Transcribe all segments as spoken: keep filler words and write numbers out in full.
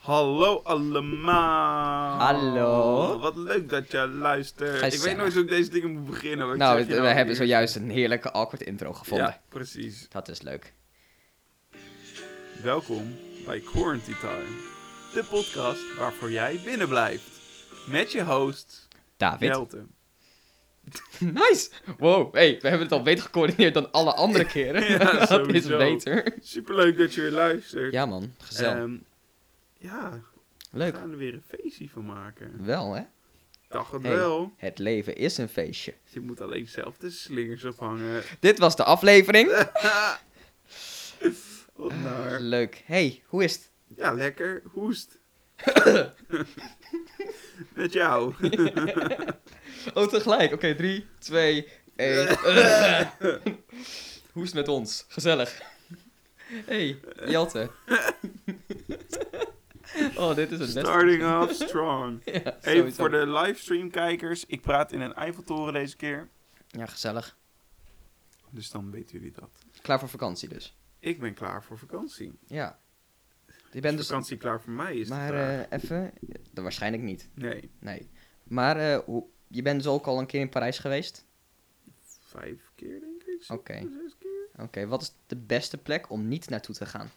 Hallo allemaal. Hallo. Wat leuk dat je luistert. Gezellig. Ik weet nooit hoe ik deze dingen moet beginnen. want ik Nou, zeg we je hebben eerst. zojuist een heerlijke awkward intro gevonden. Ja, precies. Dat is leuk. Welkom bij Quarantine Time. De podcast waarvoor jij binnen blijft. Met je host, David. Jelte. Nice! Wow, hey, we hebben het al beter gecoördineerd dan alle andere keren. Ja, dat is sowieso. beter. Superleuk dat je weer luistert. Ja man, gezellig. Ehm, ja, Leuk. we gaan er weer een feestje van maken. Wel hè? Dacht het Hey. wel. Het leven is een feestje. Je moet alleen zelf de slingers ophangen. Dit was de aflevering. Wat naar. Leuk. Hey, hoe is het? Ja, lekker. Hoest. Met jou. Oh, tegelijk. Oké, drie, twee, één. Hoe is het met ons? Gezellig. Hey, Jelte. Oh, dit is het beste. Starting off strong. Ja, Even sowieso. voor de livestream kijkers. Ik praat in een Eiffeltoren deze keer. Ja, gezellig. Dus dan weten jullie dat. Klaar voor vakantie dus. Ik ben klaar voor vakantie. Ja. Je Is bent dus... vakantie klaar voor mij? Is Maar het vraag. eh, even... Dat waarschijnlijk niet. Nee, Nee. Maar eh, hoe... je bent dus ook al een keer in Parijs geweest? vijf keer denk ik. Zes- Oké. Zes keer. Oké, wat is de beste plek om niet naartoe te gaan?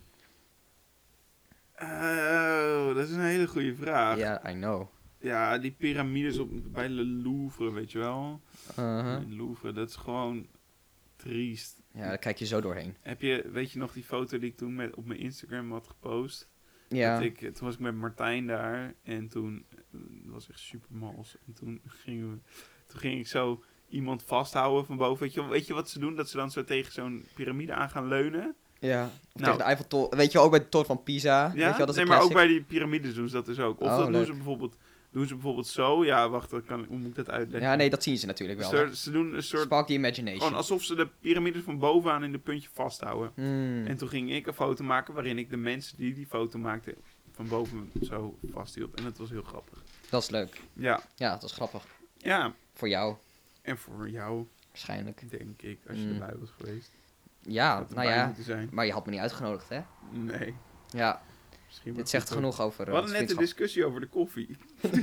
Oh, dat is een hele goede vraag. Ja, Ja, I know. die piramides op, bij Le Louvre, weet je wel. Uh-huh. Le Louvre, dat is gewoon triest. Ja, daar kijk je zo doorheen. Heb je, weet je nog die foto die ik toen met, op mijn Instagram had gepost? Ja. Dat ik, toen was ik met Martijn daar en toen uh, dat was echt super mals. En toen gingen we, toen ging ik zo iemand vasthouden van boven. Weet je, weet je wat ze doen? Dat ze dan zo tegen zo'n piramide aan gaan leunen. Ja. Of Nou. tegen de Eiffeltoren. Weet je, ook bij de toren van Pisa. Weet je Ja, wel, dat is nee, een maar ook classic. bij die piramides doen ze dat dus ook. Of Oh, dat doen leuk. ze bijvoorbeeld, doen ze bijvoorbeeld zo. Ja, wacht, dat kan, hoe moet ik dat uitleggen? Ja, nee, dat zien ze natuurlijk wel. hè. Ze, ze doen een soort, Spark the imagination. gewoon alsof ze de piramides van bovenaan in de puntje vasthouden. Hmm. En toen ging ik een foto maken waarin ik de mensen die die foto maakten van boven zo vasthield. En dat was heel grappig. Dat is leuk. Ja, Ja, dat is grappig. ja. Voor jou, En voor jou, waarschijnlijk. denk ik, als je Mm. erbij was geweest. Ja, Had nou erbij ja. moeten zijn. Maar je had me niet uitgenodigd, hè? Nee, Ja, misschien dit wel zegt goed genoeg over ook. uh, We hadden net een discussie over de koffie.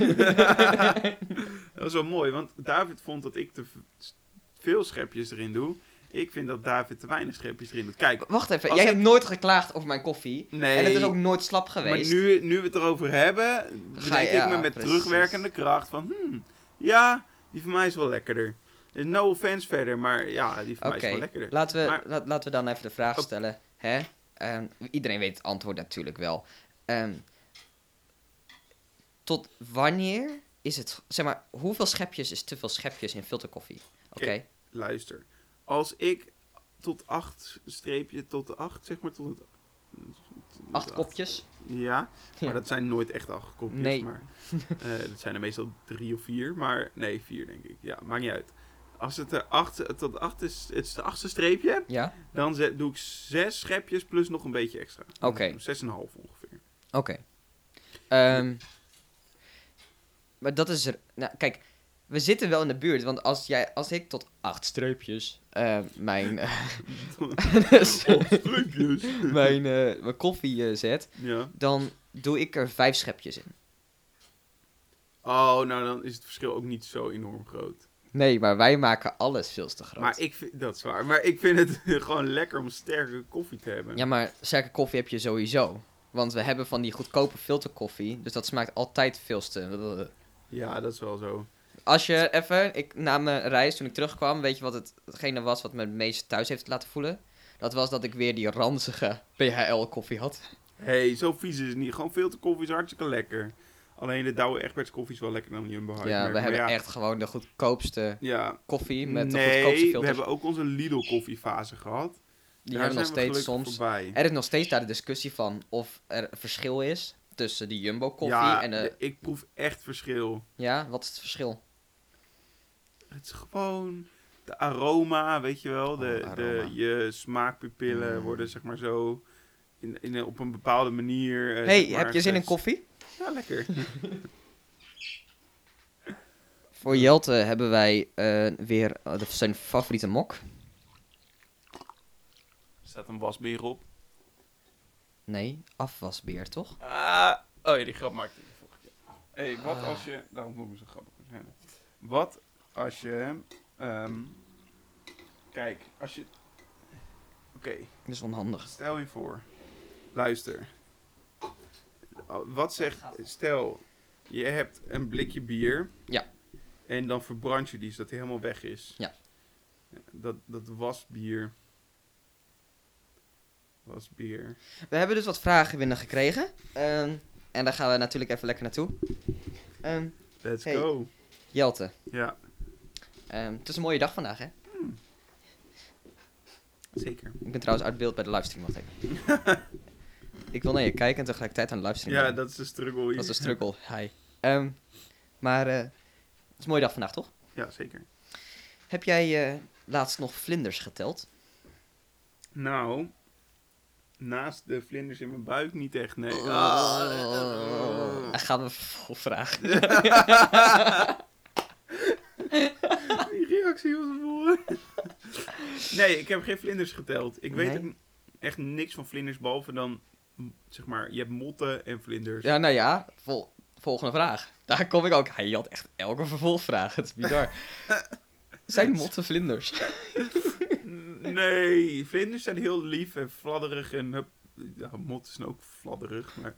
Dat was wel mooi, want David vond dat ik te v- veel schepjes erin doe. Ik vind dat David te weinig schepjes erin doet. Kijk, Wacht even, Als jij ik- hebt nooit geklaagd over mijn koffie. nee. En het is ook nooit slap Maar geweest. nu, nu we het erover hebben, Ga denk je- ja, ik me met precies. terugwerkende kracht van... Hmm, ja, die van mij is wel lekkerder. Dus no offense verder, maar ja, die van mij Oké, is wel lekkerder. laten, we, Maar- laat- laten we dan even de vraag Oh. stellen. Hè? Ehm, iedereen weet het antwoord natuurlijk wel. Ehm, tot wanneer is het... Zeg maar, hoeveel schepjes is te veel schepjes in filterkoffie? Oké. Oké. Luister, als ik tot acht streepje, tot acht, zeg maar tot het... Acht kopjes? Ja, maar Ja. dat zijn nooit echt acht kopjes. Nee. Maar, eh, dat zijn er meestal drie of vier, maar nee, vier denk ik. Ja, maakt niet uit. Als het er acht, tot acht is, het is de achtste streepje, Ja? dan zet, doe ik zes schepjes plus nog een beetje extra. Oké. Zes en een half ongeveer. Oké. Ehm, maar dat is er... Nou, kijk, we zitten wel in de buurt. Want als, jij, als ik tot acht streepjes eh, mijn, eh, Streepjes. mijn, eh, mijn koffie eh, zet, Ja. dan doe ik er vijf schepjes in. Oh, nou dan is het verschil ook niet zo enorm groot. Nee, maar wij maken alles veel te groot. Maar ik vind, dat is waar. Maar ik vind het gewoon lekker om sterke koffie te hebben. Ja, maar sterke koffie heb je sowieso. Want we hebben van die goedkope filterkoffie. Dus dat smaakt altijd veel te... Ja, dat is wel zo. Als je even... Ik, na mijn reis, toen ik terugkwam... Weet je wat het, hetgene was wat me het meest thuis heeft laten voelen? Dat was dat ik weer die ranzige P H L koffie had. Hé, hey, zo vies is het niet. Gewoon filterkoffie is hartstikke lekker. Alleen de Douwe Egberts koffie is wel lekker dan Jumbo Huismerk. Ja, we maar hebben ja, echt gewoon de goedkoopste Ja, koffie met de nee, goedkoopste we filters. hebben ook onze Lidl koffiefase gehad. Die Daar hebben we nog zijn we steeds gelukkig soms. voorbij. Er is nog steeds daar de discussie van of er een verschil is tussen die Jumbo koffie ja, en de... de- ik proef echt verschil. Ja, wat is het verschil? Het is gewoon de aroma, weet je wel. De, Oh, de, aroma. je smaakpupillen Mm. worden zeg maar zo in, in, een- op een bepaalde manier... eh, Hey, zeg maar heb je zin in ges- koffie? Ja, lekker. Voor Jelte hebben wij eh, weer eh, de- zijn favoriete mok. Er staat een wasbeer op. Nee, afwasbeer, toch? Ah, Oh ja, die grap maakte ik de vorige keer. Hé, hey, wat Ah. als je... Daarom vond ik me zo grappig. Wat als je... ehm, kijk, als je... Oké, Dat is onhandig. stel je voor. Luister. Wat zegt... Stel, je hebt een blikje bier. Ja. En dan verbrand je die, zodat hij helemaal weg is. Ja. Dat, dat was bier. Was bier. We hebben dus wat vragen binnengekregen. Ehm en daar gaan we natuurlijk even lekker naartoe. Ehm Let's Hey. go. Jelte, Ja, ehm, het is een mooie dag vandaag, hè? zeker. Ik ben trouwens uit beeld bij de livestream, wacht even. Ik wil naar je kijken en tegelijkertijd aan de livestream. Ja, doen. dat is de struggle hier. Dat is een struggle. Hi. Ehm, maar eh, het is een mooie dag vandaag, toch? Ja, zeker. Heb jij eh, laatst nog vlinders geteld? Nou, naast de vlinders in mijn buik niet echt, nee. Oh. Ah. Hij gaat me vol vragen. Die reactie was mooi. Nee, ik heb geen vlinders geteld. Ik weet Nee? ook echt niks van vlinders, behalve dan, m, zeg maar, je hebt motten en vlinders. Ja, nou ja, vol- volgende vraag. Daar kom ik ook. Hij had echt elke vervolgvraag. Het is bizar. Zijn motten vlinders? Nee, vlinders zijn heel lief en fladderig en... hup, ja, motten zijn ook fladderig, maar...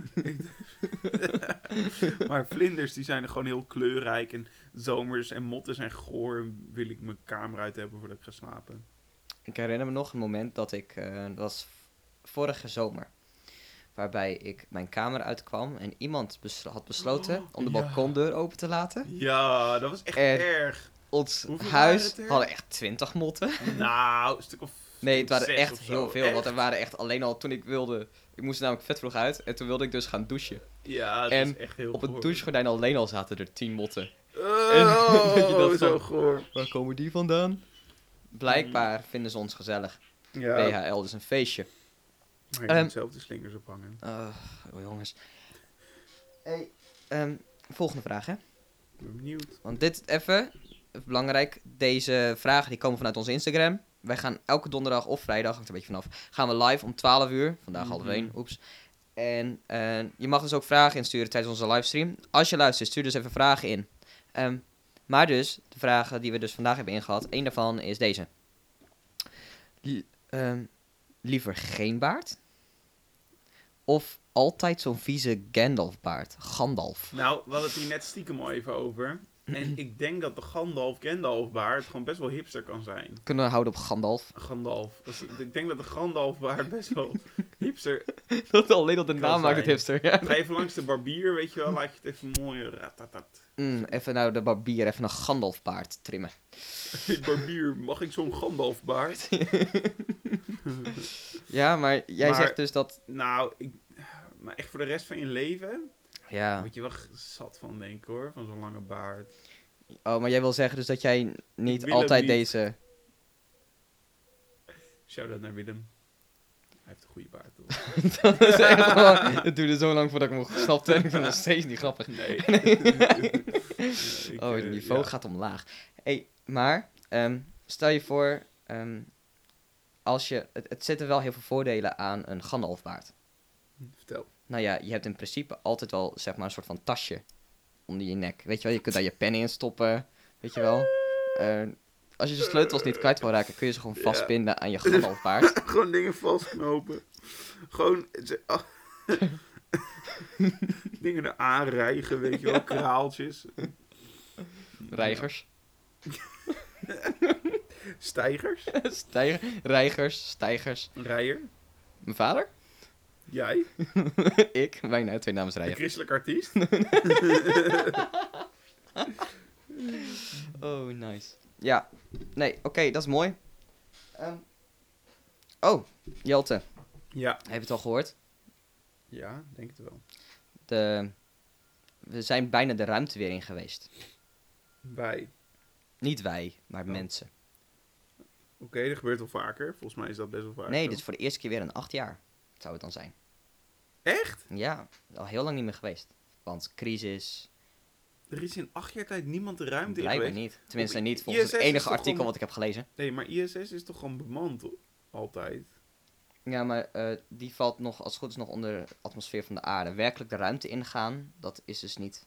maar vlinders, die zijn gewoon heel kleurrijk en zomers. En motten zijn goor en wil ik mijn kamer uit hebben voordat ik ga slapen. Ik herinner me nog een moment dat ik... eh, dat was vorige zomer. Waarbij ik mijn kamer uitkwam en iemand bes- had besloten om de Ja. balkondeur open te laten. Ja, dat was echt En- erg. Ons Hoeveel huis waren het er? hadden echt twintig motten. Nou, een stuk of Nee, het waren zes echt of zo. heel veel. Echt? Want er waren echt alleen al toen ik wilde... Ik moest namelijk vet vroeg uit en toen wilde ik dus gaan douchen. Ja, dat En is echt heel Op het goor. douchegordijn alleen al zaten er tien motten. Oh, dat je dacht zo van- goor. Waar komen die vandaan? Blijkbaar vinden ze ons gezellig. Ja, W H L, dus een feestje. maar je Ehm, moet zelf de slingers ophangen. Uh, oh jongens. Hey, ehm, volgende vraag, hè? Ik ben benieuwd. Want dit even, even belangrijk. Deze vragen die komen vanuit onze Instagram. Wij gaan elke donderdag of vrijdag, hangt er een beetje vanaf, gaan we live om twaalf uur. Vandaag half Mhm. één, oeps. En eh, je mag dus ook vragen insturen tijdens onze livestream. Als je luistert, stuur dus even vragen in. Ehm, maar dus, de vragen die we dus vandaag hebben ingehad, één daarvan is deze. Li- ehm, liever geen baard? Of altijd zo'n vieze Gandalf-baard? Gandalf. Nou, we hadden het hier net stiekem al even over. En ik denk dat de Gandalf Gandalf baard gewoon best wel hipster kan zijn. Kunnen we houden op Gandalf? Gandalf. Dat is- ik denk dat de Gandalf baard best wel hipster. Dat alleen op de Kan naam maakt het zijn. hipster, ja. Ga even langs de barbier, weet je wel. Laat je het even mooi ratatat. Mm, even nou de barbier, even een Gandalf-baard trimmen. Hey, barbier, mag ik zo'n Gandalf baard? Ja, maar jij Maar- zegt dus dat... Nou, ik, maar echt voor de rest van je leven Ja. word je wel zat van, denk ik hoor. Van zo'n lange baard. Oh, maar jij wil zeggen dus dat jij niet wil hem altijd niet. deze... Shout-out naar Willem. Hij heeft een goede baard, toch? dat is echt gewoon... Het duurde zo lang voordat ik hem snapte en ik vind het nog steeds niet grappig. Nee. Ik, Oh, het eh, niveau ja. gaat omlaag. Hey, maar ehm, stel je voor, ehm, als je, het, het zitten wel heel veel voordelen aan een Gandalfbaard. Vertel. Nou ja, je hebt in principe altijd wel zeg maar een soort van tasje onder je nek. Weet je wel, je kunt daar je pen in stoppen, weet je wel. Eh, als je je sleutels niet kwijt wil raken, kun je ze gewoon Ja. vastbinden aan je Gandalfbaard. Gewoon dingen vastknopen. Gewoon ze- ah. dingen er aanrijgen, weet je wel. Kraaltjes. Reigers. Stijgers. Stijger, reigers, stijgers. Rijer. Mijn vader? Jij. Ik? Mijn nou, twee namens Een rijden. christelijk artiest. Oh, nice. Ja, nee, oké, dat is mooi. Ehm, oh, Jelte, Ja. heb je het al gehoord? Ja, denk het wel. De, we zijn bijna de ruimte weer in geweest. Wij. Niet wij, maar Oh. mensen. Oké, dat gebeurt wel vaker. Volgens mij is dat best wel vaker. Nee, dit is voor de eerste keer weer in acht jaar. Zou het dan zijn. Echt? Ja, al heel lang niet meer geweest. Want crisis, Er is in acht jaar tijd niemand de ruimte in blijkbaar geweest. niet. Tenminste, Op niet volgens I S S het is enige toch artikel gewoon- wat ik heb gelezen. Nee, maar I S S is toch gewoon bemand? Altijd? Ja, maar uh, die valt nog, als het goed is, nog onder de atmosfeer van de aarde. Werkelijk de ruimte ingaan, dat is dus niet.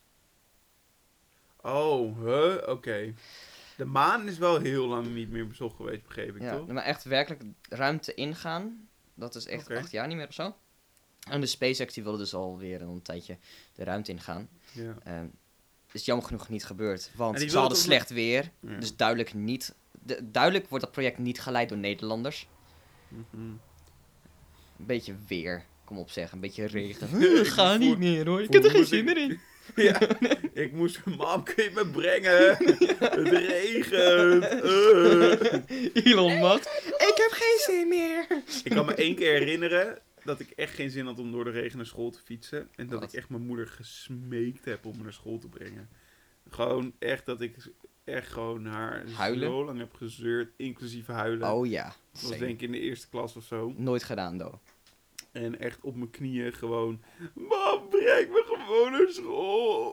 Oh, huh? Oké. Okay. De maan is wel heel lang niet meer bezocht geweest, begreep ik, ja, toch? maar echt werkelijk ruimte ingaan, dat is echt okay. acht jaar niet meer of zo. En de SpaceX die wilde dus alweer een tijdje de ruimte ingaan. Ja. Uh, is jammer genoeg niet gebeurd, want ze hadden ook slecht nog... weer. Ja. Dus duidelijk niet, de, duidelijk wordt dat project niet geleid door Nederlanders. Mm-hmm. Een beetje weer, kom op zeg, een beetje regen. Ga niet voor, meer hoor, ik heb er geen zin ik... meer in. Ja, ik moest, mam, kun je me brengen? Het regent. Uh. Elon Musk, ik heb geen zin meer. Ik kan me één keer herinneren dat ik echt geen zin had om door de regen naar school te fietsen. En dat Wat? ik echt mijn moeder gesmeekt heb om me naar school te brengen. Gewoon echt dat ik echt gewoon haar Huilen? zo lang heb gezeurd, inclusief huilen. Oh ja. Dat was denk ik in de eerste klas of zo. Nooit gedaan, do. En echt op mijn knieën gewoon... Mam, breng me gewoon naar school.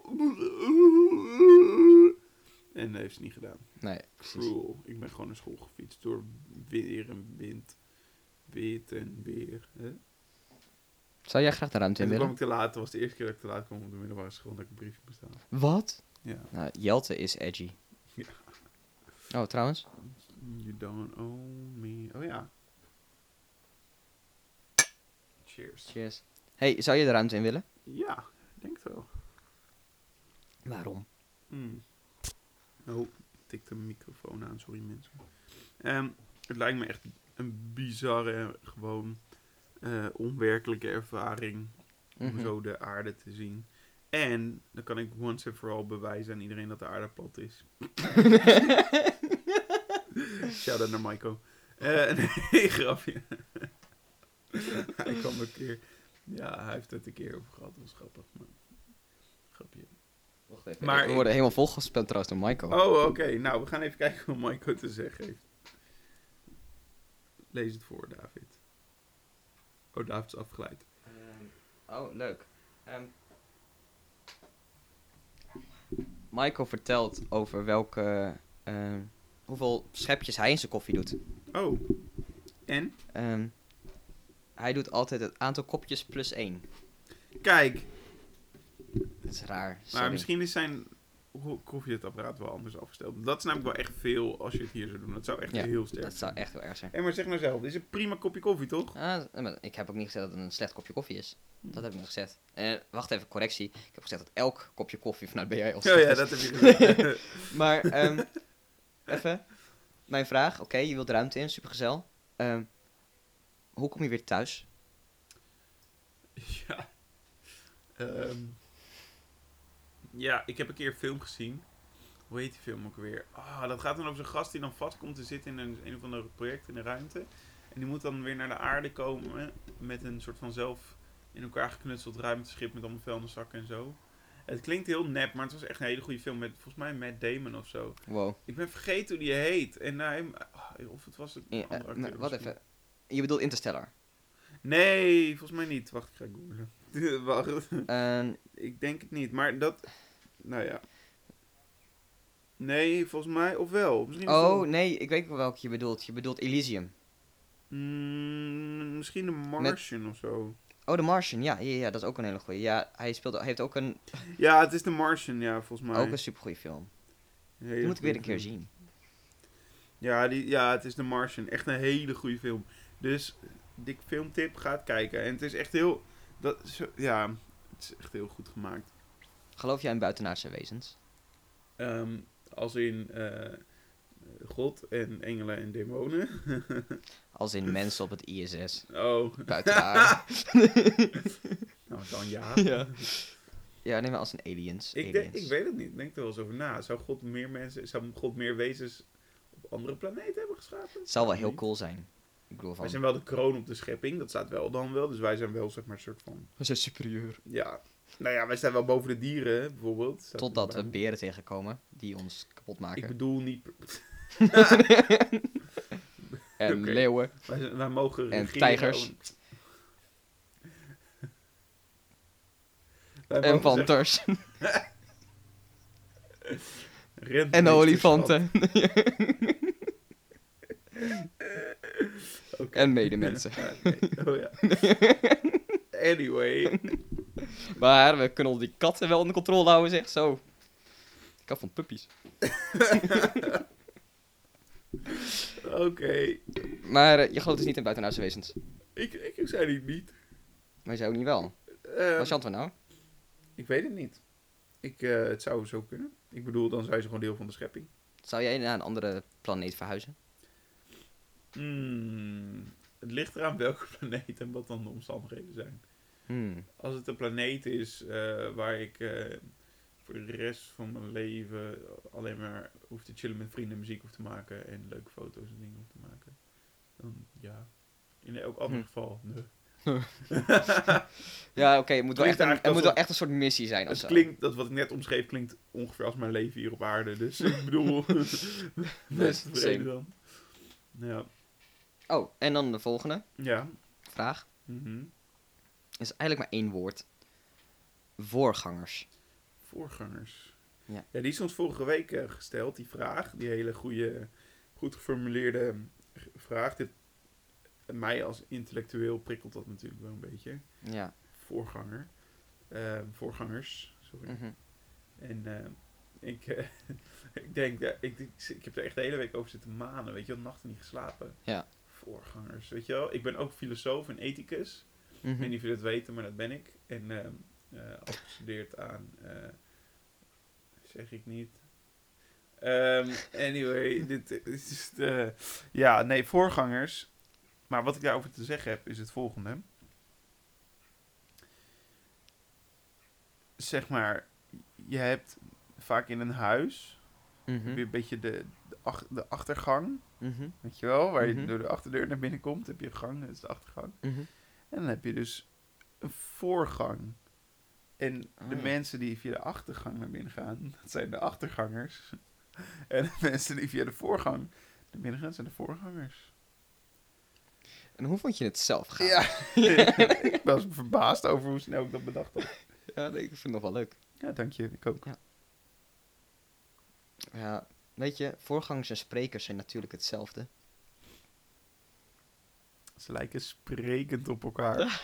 En dat heeft ze niet gedaan. Nee, precies. Cruel. Ik ben gewoon naar school gefietst door weer en wind. Wit en weer. Hè? Zou jij graag de ruimte En in toen willen? kwam ik te laat. Dat was de eerste keer dat ik te laat kwam op de middelbare school. Dat ik een briefje moest staan. Wat? Ja. Nou, Jelte is edgy. Ja. Oh, trouwens. You don't own me. Oh ja. Cheers. Cheers. Hey, zou je de ruimte in willen? Ja, ik denk het wel. Waarom? Hmm. Oh, ik tikte mijn microfoon aan, sorry mensen. Um, het lijkt me echt een bizarre, gewoon uh, onwerkelijke ervaring om Mm-hmm. zo de aarde te zien. En dan kan ik once and for all bewijzen aan iedereen dat de aarde plat is. Shout-out naar Maiko. Uh, nee, grapje. Hij kwam een keer... Ja, hij heeft het een keer over gehad, dat was grappig. Maar... Grapje. Wacht even, Maar we ik- worden helemaal volgespeeld trouwens door Michael. Oh, oké. Okay. Nou, we gaan even kijken wat Maiko te zeggen heeft. Lees het voor, David. Oh, David is afgeleid. Um, oh, leuk. Um, Michael vertelt over welke... Uh, hoeveel schepjes hij in zijn koffie doet. Oh. En? Um, hij doet altijd het aantal kopjes plus één. Kijk. Dat is raar. Maar Sorry. misschien is zijn ho- koffiezetapparaat wel anders afgesteld. Dat is namelijk wel echt veel als je het hier zou doen. Dat zou echt Ja, heel sterk Dat zou echt heel erg zijn. Hé, maar zeg nou zelf. Dit is een prima kopje koffie, toch? Ah, maar ik heb ook niet gezegd dat het een slecht kopje koffie is. Dat heb ik niet gezegd. En wacht even, correctie. Ik heb gezegd dat elk kopje koffie vanuit B I L Oh slecht ja, is. dat heb je gezegd. Maar, um, even. Mijn vraag. Oké, okay, je wilt ruimte in, supergezel. Um, hoe kom je weer thuis? Ja. Um, ja, ik heb een keer een film gezien. Hoe heet die film ook weer? Ah, dat gaat dan over zo'n gast die dan vast komt te zitten in een, een of ander project in de ruimte. En die moet dan weer naar de aarde komen met een soort van zelf in elkaar geknutseld ruimteschip met allemaal vuilniszakken en zo. Het klinkt heel nep, maar het was echt een hele goede film met volgens mij Matt Damon of zo. Wow. Ik ben vergeten hoe die heet. En hij, uh, of het was het Ja, andere uh, acteur wat misschien. even. Je bedoelt Interstellar. Nee, volgens mij niet. Wacht, ik ga googlen. Wacht. Uh, Ik denk het niet, maar dat... Nou ja. Nee, volgens mij... Of wel? Misschien is het oh, wel- nee, ik weet wel welke je bedoelt. Je bedoelt Elysium. Mm, misschien de Martian of zo. Oh, The Martian. Ja, ja, ja, dat is ook een hele goeie. Ja, hij speelt, hij heeft ook een, Ja, het is de Martian, ja, volgens mij. ook een supergoeie film. Een hele Die moet ik weer een goede keer film. zien. Ja, die, ja, het is de Martian. Echt een hele goede film. Dus, dik filmtip, ga het kijken. En het is echt heel... Dat, zo, ja, het is echt heel goed gemaakt. Geloof jij in buitenaardse wezens? Um, als in uh, God en engelen en demonen. Als in mensen op het I S S. Oh. Buiten de aarde. Nou, dan ja. Ja. Ja, nee, maar als in aliens. Ik, aliens. denk, ik weet het niet. Ik denk er wel eens over na. Zou God meer mensen... Zou God meer wezens op andere planeten hebben geschapen? Het zou wel Weet heel niet. cool zijn. Ik bedoel van... Wij zijn wel de kroon op de schepping. Dat staat wel dan wel. Dus wij zijn wel, zeg maar, een soort van... We zijn superieur. Ja. Nou ja, wij staan wel boven de dieren, hè, bijvoorbeeld. Staat Totdat erbij. we beren tegenkomen die ons kapot maken. Ik bedoel niet... en Oké. leeuwen. Wij, zijn- wij mogen En regeren tijgers. over- Wij En mogen panters. zeggen- en Rentmeesterschap. olifanten. Oké. oké. En medemensen. Ja, nee. Oh ja. Anyway. Maar we kunnen die katten wel onder controle houden, zeg. Zo. Ik hou van puppies. Oké. Maar eh, je gelooft dus niet in buitenhuisse wezens. Ik, ik, ik zei het niet. Maar je zou ook niet wel. Ehm, Wat is je antwoord nou? ik weet het niet. Ik, eh, het zou zo kunnen. Ik bedoel, dan zijn ze gewoon deel van de schepping. Zou jij naar een andere planeet verhuizen? Hmm, het ligt eraan welke planeet en wat dan de omstandigheden zijn. Hmm. Als het een planeet is eh, waar ik eh, voor de rest van mijn leven alleen maar hoef te chillen met vrienden, muziek hoef te maken en leuke foto's en dingen hoef te maken, dan ja. In elk ander Hm. geval, nee. Ja, oké. het moet, wel Klinkt echt een- eigenlijk het moet wel alsof- echt een soort missie zijn of Het zo. klinkt, dat wat ik net omschreef, klinkt ongeveer als mijn leven hier op aarde. Dus ik bedoel, best Same. tevreden dan. Ja. Oh, en dan de volgende Ja. vraag. Mhm. Is eigenlijk maar één woord. Voorgangers. Voorgangers. Ja. Ja, die is ons vorige week eh, gesteld, die vraag. Die hele goede, goed geformuleerde g- vraag. Dit, mij als intellectueel prikkelt dat natuurlijk wel een beetje. Ja. Voorganger. Eh, voorgangers, sorry. Mhm. En eh, ik, eh, ik denk, ja, ik, ik, ik heb er echt de hele week over zitten manen, weet je wel, nachten niet geslapen. Ja. Voorgangers, weet je wel. Ik ben ook filosoof en ethicus. Ik Mhm. weet niet of jullie dat weten, maar dat ben ik. En eh eh, afgestudeerd aan, eh, zeg ik niet. Ehm, anyway, dit, dit is de, ja, nee, voorgangers. Maar wat ik daarover te zeggen heb, is het volgende. Zeg maar, je hebt vaak in een huis Mhm. heb je een beetje de, de, ach- de achtergang, Mhm. weet je wel, waar je Mhm. door de achterdeur naar binnen komt, heb je een gang, dat is de achtergang. Mhm. En dan heb je dus een voorgang. En de Ah. mensen die via de achtergang naar binnen gaan, dat zijn de achtergangers. En de mensen die via de voorgang naar binnen gaan, zijn de voorgangers. En hoe vond je het zelf gaan? Ja, ik was verbaasd over hoe snel ik dat bedacht had. Ja, nee, ik vind het nog wel leuk. Ja, dank je, ik ook. Ja. Ja, weet je, voorgangers en sprekers zijn natuurlijk hetzelfde. Ze lijken sprekend op elkaar.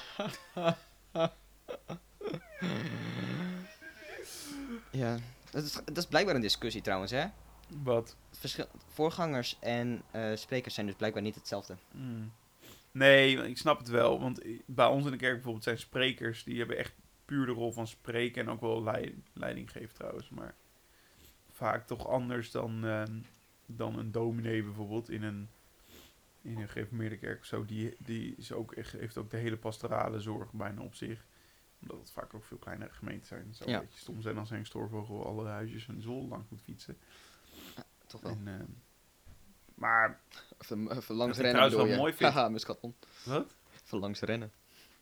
Ja, dat is, dat is blijkbaar een discussie trouwens, hè? Wat? Verschil, voorgangers en eh, sprekers zijn dus blijkbaar niet hetzelfde. Hmm. Nee, ik snap het wel. Want bij ons in de kerk bijvoorbeeld zijn sprekers, die hebben echt puur de rol van spreken en ook wel leid, leiding geven trouwens. Maar vaak toch anders dan, ehm, dan een dominee bijvoorbeeld in een, in een gereformeerde kerk of zo. Die, die is ook echt, heeft ook de hele pastorale zorg bijna op zich. Omdat het vaak ook veel kleinere gemeenten zijn. Het zou Ja. een beetje stom zijn als een stoorvogel alle huisjes van de zolder langs moet fietsen. Toch wel. En, ehm, maar, Even, even langs Wat ik rennen trouwens bedoel wel je? mooi vind- Haha, mijn schatman. wat? Even langs rennen.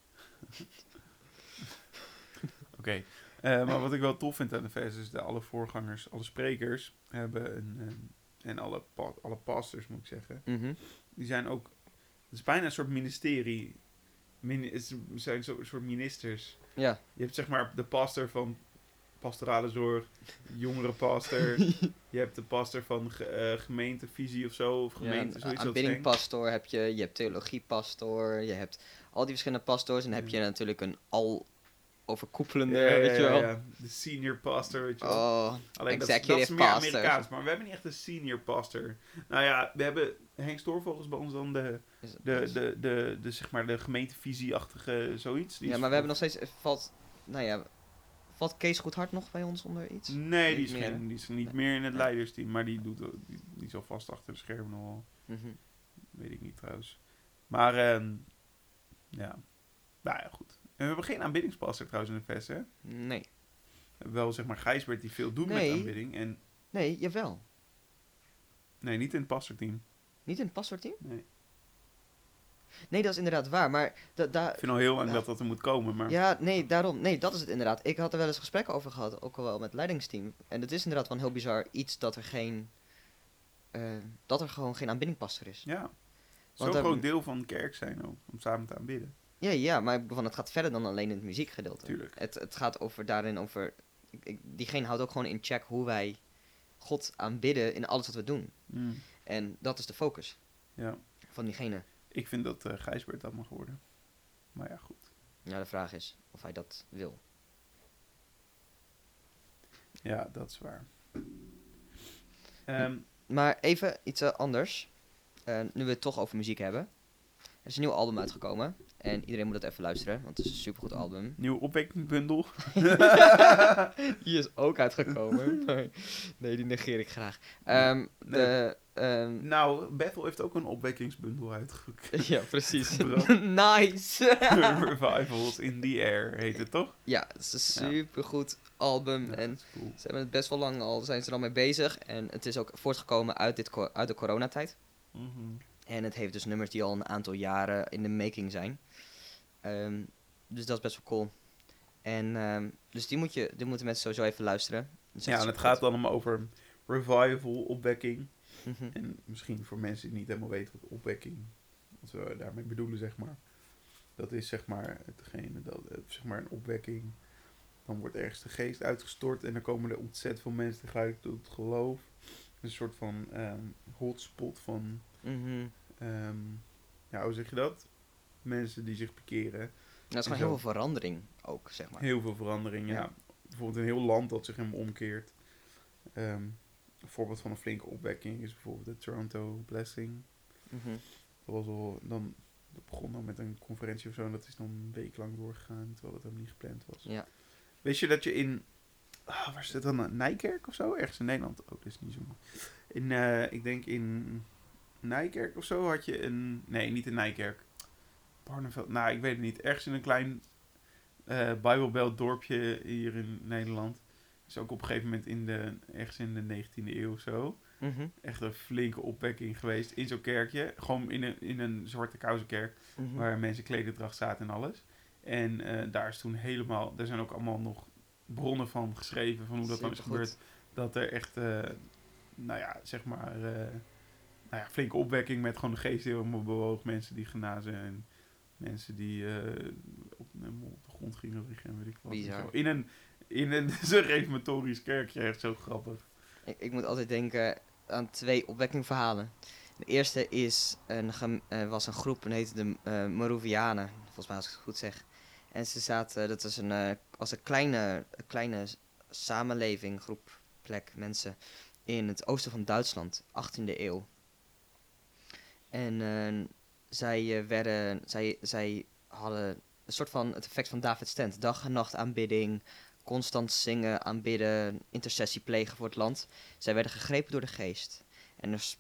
Oké, eh, maar wat ik wel tof vind aan de vers is dat alle voorgangers, alle sprekers hebben een, ehm, en alle, pa- alle pastors moet ik zeggen, Mhm. die zijn ook, het is bijna een soort ministerie, Mini, het zijn zo- een soort ministers. Ja. Je hebt zeg maar de pastor van pastorale zorg, jongerenpastor, je hebt de pastor van ge- eh, gemeentevisie of zo, of Ja, gemeente, een zoiets. aanbiddingpastor heb je, je hebt theologiepastor, je hebt al die verschillende pastors en dan heb je natuurlijk een al overkoepelende, Ja, ja, weet je ja, wel. ja. De senior pastor, weet je wel. Oh, Alleen dat, is- dat is executive meer pastor. Amerikaans, maar we hebben niet echt een senior pastor. Nou ja, we hebben Henk Stoorvogels bij ons dan de, Is het- de, de, de, de, zeg maar de gemeentevisieachtige zoiets. Die ja, is maar we voor- hebben nog steeds, valt, nou ja, valt Kees Goedhart nog bij ons onder iets? Nee, die Niet is, meer, geen, hè? die is niet Nee. meer in het Nee. leidersteam, maar die, doet, wel- die, die is al vast achter de schermen nog wel. Mhm. Weet ik niet trouwens. Maar, ehm ja. Nou ja, goed. En we hebben geen aanbiddingspastor trouwens in de vest, hè? We Nee. hebben wel, zeg maar, Gijsbert die veel doet Nee. met aanbidding. En, Nee, jawel. nee, niet in het pastorteam. Niet in het pastorteam? Nee. Nee, dat is inderdaad waar, maar da, da, Ik vind al heel lang Ja. dat dat er moet komen, maar... ja, nee, daarom, nee, dat is het inderdaad. Ik had er wel eens gesprekken over gehad, ook al wel met het leidingsteam. En het is inderdaad wel een heel bizar iets dat er geen, eh, dat er gewoon geen aanbiddingpastor is. Ja. Want, Zo'n ehm, groot deel van de kerk zijn ook, om samen te aanbidden. Ja, ja, maar ik bedoel, van, het gaat verder dan alleen in het muziekgedeelte. Tuurlijk. Het, het gaat over daarin over, ik, ik- diegene houdt ook gewoon in check hoe wij God aanbidden in alles wat we doen. Mm, En dat is de focus ja. van diegene. Ik vind dat uh, Gijsbert dat mag worden. Maar ja, goed. Ja, de vraag is of hij dat wil. Ja, dat is waar. Um, maar even iets uh, anders. Uh, nu we het toch over muziek hebben. Er is een nieuw album uitgekomen. En iedereen moet dat even luisteren, want het is een supergoed album. Nieuw opwekkingbundel. Die is ook uitgekomen. Nee, die negeer ik graag. Um, nee. de, um... Nou, Bethel heeft ook een opwekkingsbundel uitgekomen. Ja, precies. Nice! Revivals in the Air heet het toch? Ja, het is een supergoed album. Ja, en cool. Ze hebben het best wel lang al, zijn ze er al mee bezig. En het is ook voortgekomen uit, dit, uit de coronatijd. Mm-hmm. En het heeft dus nummers die al een aantal jaren in de making zijn. Um, dus dat is best wel cool. En um, dus die, moet je, die moeten mensen sowieso even luisteren. Ja, en het gaat dan allemaal over revival, opwekking. Mm-hmm. En misschien voor mensen die niet helemaal weten wat opwekking, wat we daarmee bedoelen, zeg maar. Dat is zeg maar hetgene, dat, zeg maar een opwekking. Dan wordt ergens de geest uitgestort en dan komen er ontzettend veel mensen tegelijk tot het geloof. Een soort van um, hotspot van, mm-hmm. um, ja, hoe zeg je dat? Mensen die zich bekeren. Nou, dat is gewoon heel veel verandering ook, zeg maar. Heel veel verandering, ja. ja. Bijvoorbeeld een heel land dat zich helemaal omkeert. Um, een voorbeeld van een flinke opwekking is bijvoorbeeld de Toronto Blessing. Mm-hmm. Dat was al, dan, dat begon dan met een conferentie of zo en dat is dan een week lang doorgegaan, terwijl dat helemaal niet gepland was. Ja. Wist je dat je in, oh, waar zit dan, Nijkerk of zo? Ergens in Nederland. Oh, dat is niet zo. In, uh, ik denk in Nijkerk of zo had je een, nee, niet in Nijkerk. Barneveld, nou, ik weet het niet. Ergens in een klein uh, Bijbelbelt dorpje hier in Nederland. Is ook op een gegeven moment in de, ergens in de negentiende eeuw of zo. Mm-hmm. Echt een flinke opwekking geweest in zo'n kerkje. Gewoon in een, in een zwarte kousenkerk. Mm-hmm. Waar mensen klederdracht zaten en alles. En uh, daar is toen helemaal, er zijn ook allemaal nog bronnen van geschreven van hoe dat dan is gebeurd. Dat er echt, uh, nou ja, zeg maar, uh, nou ja, flinke opwekking met gewoon de geest heel helemaal bewoog. Mensen die genazen en mensen die uh, op, op de grond gingen liggen en weet ik wat. Bizar. In een, in een zo'n reformatorisch kerkje, echt zo grappig. Ik, ik moet altijd denken aan twee opwekkingverhalen. De eerste is een gem, uh, was een groep, en heette de uh, Moravianen, volgens mij als ik het goed zeg. En ze zaten, dat was een, uh, was een kleine, een kleine samenleving, groep, plek, mensen in het oosten van Duitsland, achttiende eeuw. En uh, zij, uh, werden, zij, zij hadden een soort van het effect van David's tent, dag en nacht aanbidding, constant zingen, aanbidden, intercessie plegen voor het land. Zij werden gegrepen door de geest. En er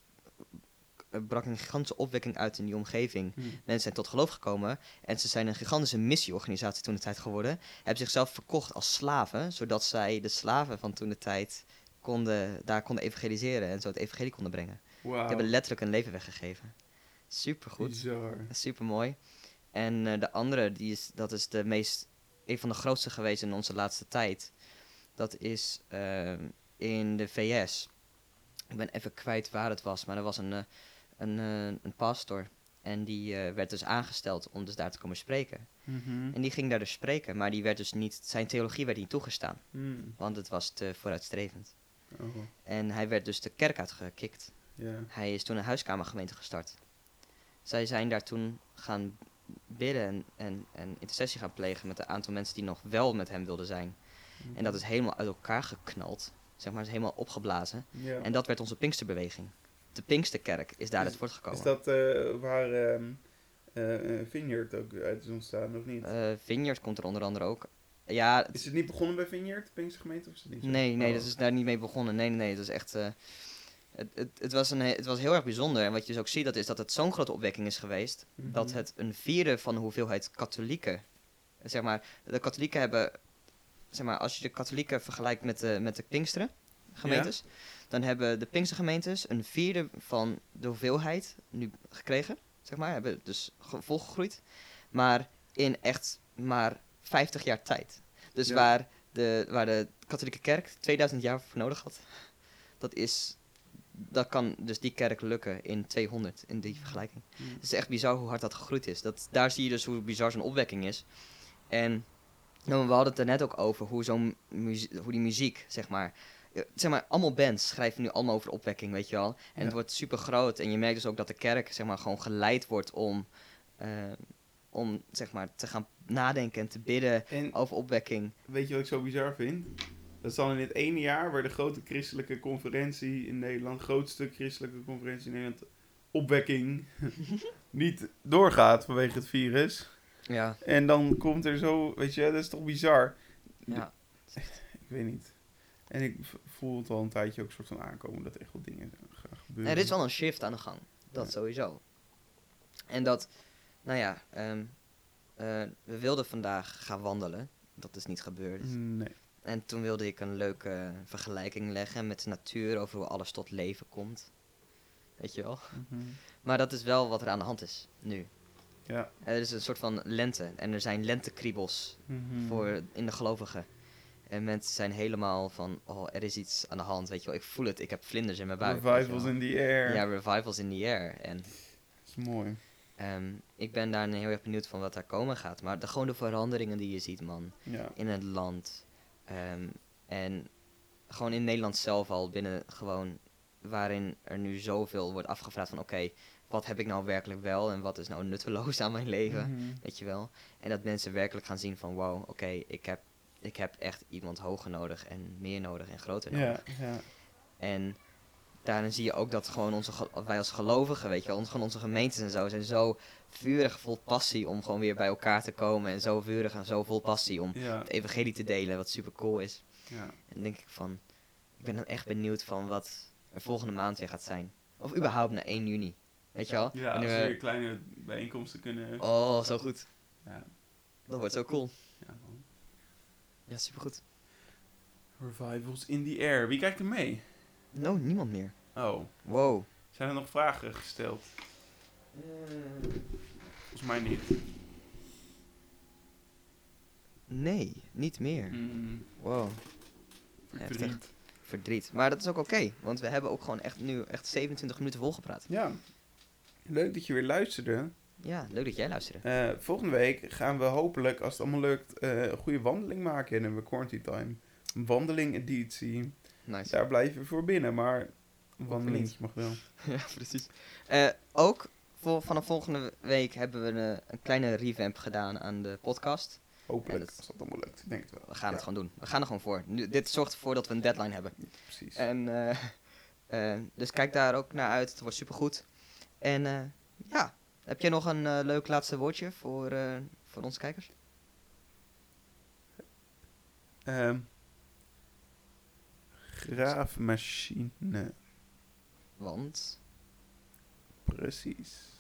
brak een gigantische opwekking uit in die omgeving. Hmm. Mensen zijn tot geloof gekomen. En ze zijn een gigantische missieorganisatie toen de tijd geworden. Hebben zichzelf verkocht als slaven. Zodat zij de slaven van toen de tijd konden, daar konden evangeliseren. En zo het evangelie konden brengen. Wow. Die hebben letterlijk een leven weggegeven. Supergoed. Bizar. Supermooi. En uh, de andere, die is, dat is de meest, een van de grootste geweest in onze laatste tijd. Dat is uh, in de V S. Ik ben even kwijt waar het was, maar er was een, uh, een, uh, een pastor. En die uh, werd dus aangesteld om dus daar te komen spreken. Mm-hmm. En die ging daar dus spreken, maar die werd dus niet, zijn theologie werd niet toegestaan. Mm. Want het was te vooruitstrevend. Oh. En hij werd dus de kerk uitgekikt. Yeah. Hij is toen een huiskamergemeente gestart. Zij zijn daar toen gaan bidden en, en, en intercessie gaan plegen met een aantal mensen die nog wel met hem wilden zijn. Mm-hmm. En dat is helemaal uit elkaar geknald. Zeg maar, is helemaal opgeblazen. Yeah. En dat werd onze Pinksterbeweging. De Pinksterkerk is daaruit is, voortgekomen. Is dat uh, waar um, uh, Vineyard ook uit is ontstaan, of niet? Uh, Vineyard komt er onder andere ook. Ja, het... Is het niet begonnen bij Vineyard, de Pinkstergemeente? Of is het niet zo? Nee, nee, oh. dat is daar niet mee begonnen. Nee, nee, nee, dat is echt... Uh, het, het, het, was een, het was heel erg bijzonder. En wat je dus ook ziet, dat is dat het zo'n grote opwekking is geweest... Mm-hmm. dat het een vierde van de hoeveelheid katholieken... Zeg maar, de katholieken hebben... Zeg maar, als je de katholieken vergelijkt met de, met de Pinksteren gemeentes... Ja. Dan hebben de Pinkstergemeentes een vierde van de hoeveelheid nu gekregen. Zeg maar, hebben dus ge- volgegroeid. Maar in echt maar vijftig jaar tijd. Dus ja. waar, de, waar de katholieke kerk tweeduizend jaar voor nodig had... Dat is... Dat kan dus die kerk lukken in tweehonderd, in die vergelijking. Mm. Het is echt bizar hoe hard dat gegroeid is. Dat, daar zie je dus hoe bizar zo'n opwekking is. En nou, we hadden het er net ook over hoe, zo'n muzie- hoe die muziek, zeg maar... eh, zeg maar, allemaal bands schrijven nu allemaal over opwekking, weet je wel. En Ja. het wordt super groot. En je merkt dus ook dat de kerk, zeg maar, gewoon geleid wordt om, eh, om zeg maar, te gaan nadenken en te bidden En over opwekking. weet je wat ik zo bizar vind? Dat is dan in het ene jaar waar de grote christelijke conferentie in Nederland, grootste christelijke conferentie in Nederland, opwekking, niet doorgaat vanwege het virus. Ja, En dan komt er zo, weet je, dat is toch bizar? ja. Ik weet niet. En ik v- voel het al een tijdje ook soort van aankomen dat er echt wel dingen gaan gebeuren. Er is wel een shift aan de gang. Dat Ja. sowieso. En dat, nou ja, ehm, eh, we wilden vandaag gaan wandelen. Dat is niet gebeurd. Nee. En toen wilde ik een leuke vergelijking leggen met de natuur over hoe alles tot leven komt. Weet je wel? Mhm. Maar dat is wel wat er aan de hand is, nu. Ja. Er is een soort van lente. En er zijn lentekriebels Mhm. voor in de gelovigen. En mensen zijn helemaal van, oh, er is iets aan de hand, weet je wel. Ik voel het, ik heb vlinders in mijn buik. weet je Revivals wel. in the air. Ja, revivals in the air. En Dat is mooi. ehm, ik ben daar heel erg benieuwd van wat daar komen gaat. Maar de, gewoon de veranderingen die je ziet, man. Ja. In het land. Ehm, en gewoon in Nederland zelf al, binnen gewoon, waarin er nu zoveel wordt afgevraagd van, oké, wat heb ik nou werkelijk wel en wat is nou nutteloos aan mijn leven, Mhm. weet je wel. En dat mensen werkelijk gaan zien van, wow, oké, ik, heb, ik heb echt iemand hoger nodig en meer nodig en groter nodig. Ja, ja. En daarin zie je ook dat gewoon onze, ge- wij als gelovigen, weet je wel, ons, gewoon onze gemeentes en zo, zijn zo vurig vol passie om gewoon weer bij elkaar te komen. En zo vurig en zo vol passie om Ja. het evangelie te delen, wat super cool is. Ja. En dan denk ik van, ik ben dan echt benieuwd van wat er volgende maand weer gaat zijn. Of überhaupt na één juni. Weet je wel? Ja, als Wanneer we we- weer kleine bijeenkomsten kunnen... Oh, zo goed. Ja. Dat wordt zo cool. Ja, man. Ja, super goed. Revivals in the air. Wie kijkt er mee? No, niemand meer. Oh. Wow. Zijn er nog vragen gesteld? Volgens mij niet. Nee, niet meer. Mm, Wow. verdriet. Heftig. Verdriet. Maar dat is ook oké, want we hebben ook gewoon echt nu echt zevenentwintig minuten volgepraat. Ja. Leuk dat je weer luisterde. Ja, leuk dat jij luisterde. Eh, volgende week gaan we hopelijk, als het allemaal lukt, eh, een goede wandeling maken. En dan hebben we Quarantine Time. Een wandeling editie. Nice. Daar blijf je voor binnen, maar een wandelingetje mag wel. Ja, precies. Eh, ook voor, vanaf volgende week hebben we een, een kleine revamp gedaan aan de podcast. Hopelijk, Ja, dat- als dat allemaal lukt. Ik denk het wel. We gaan het Ja, gewoon doen. We gaan er gewoon voor. Nu, dit zorgt ervoor dat we een deadline hebben. precies. En, eh, eh, dus kijk daar ook naar uit. Het wordt supergoed. En eh, ja, heb jij nog een eh, leuk laatste woordje voor, eh, voor onze kijkers? Ehm graafmachine. Want... Precies.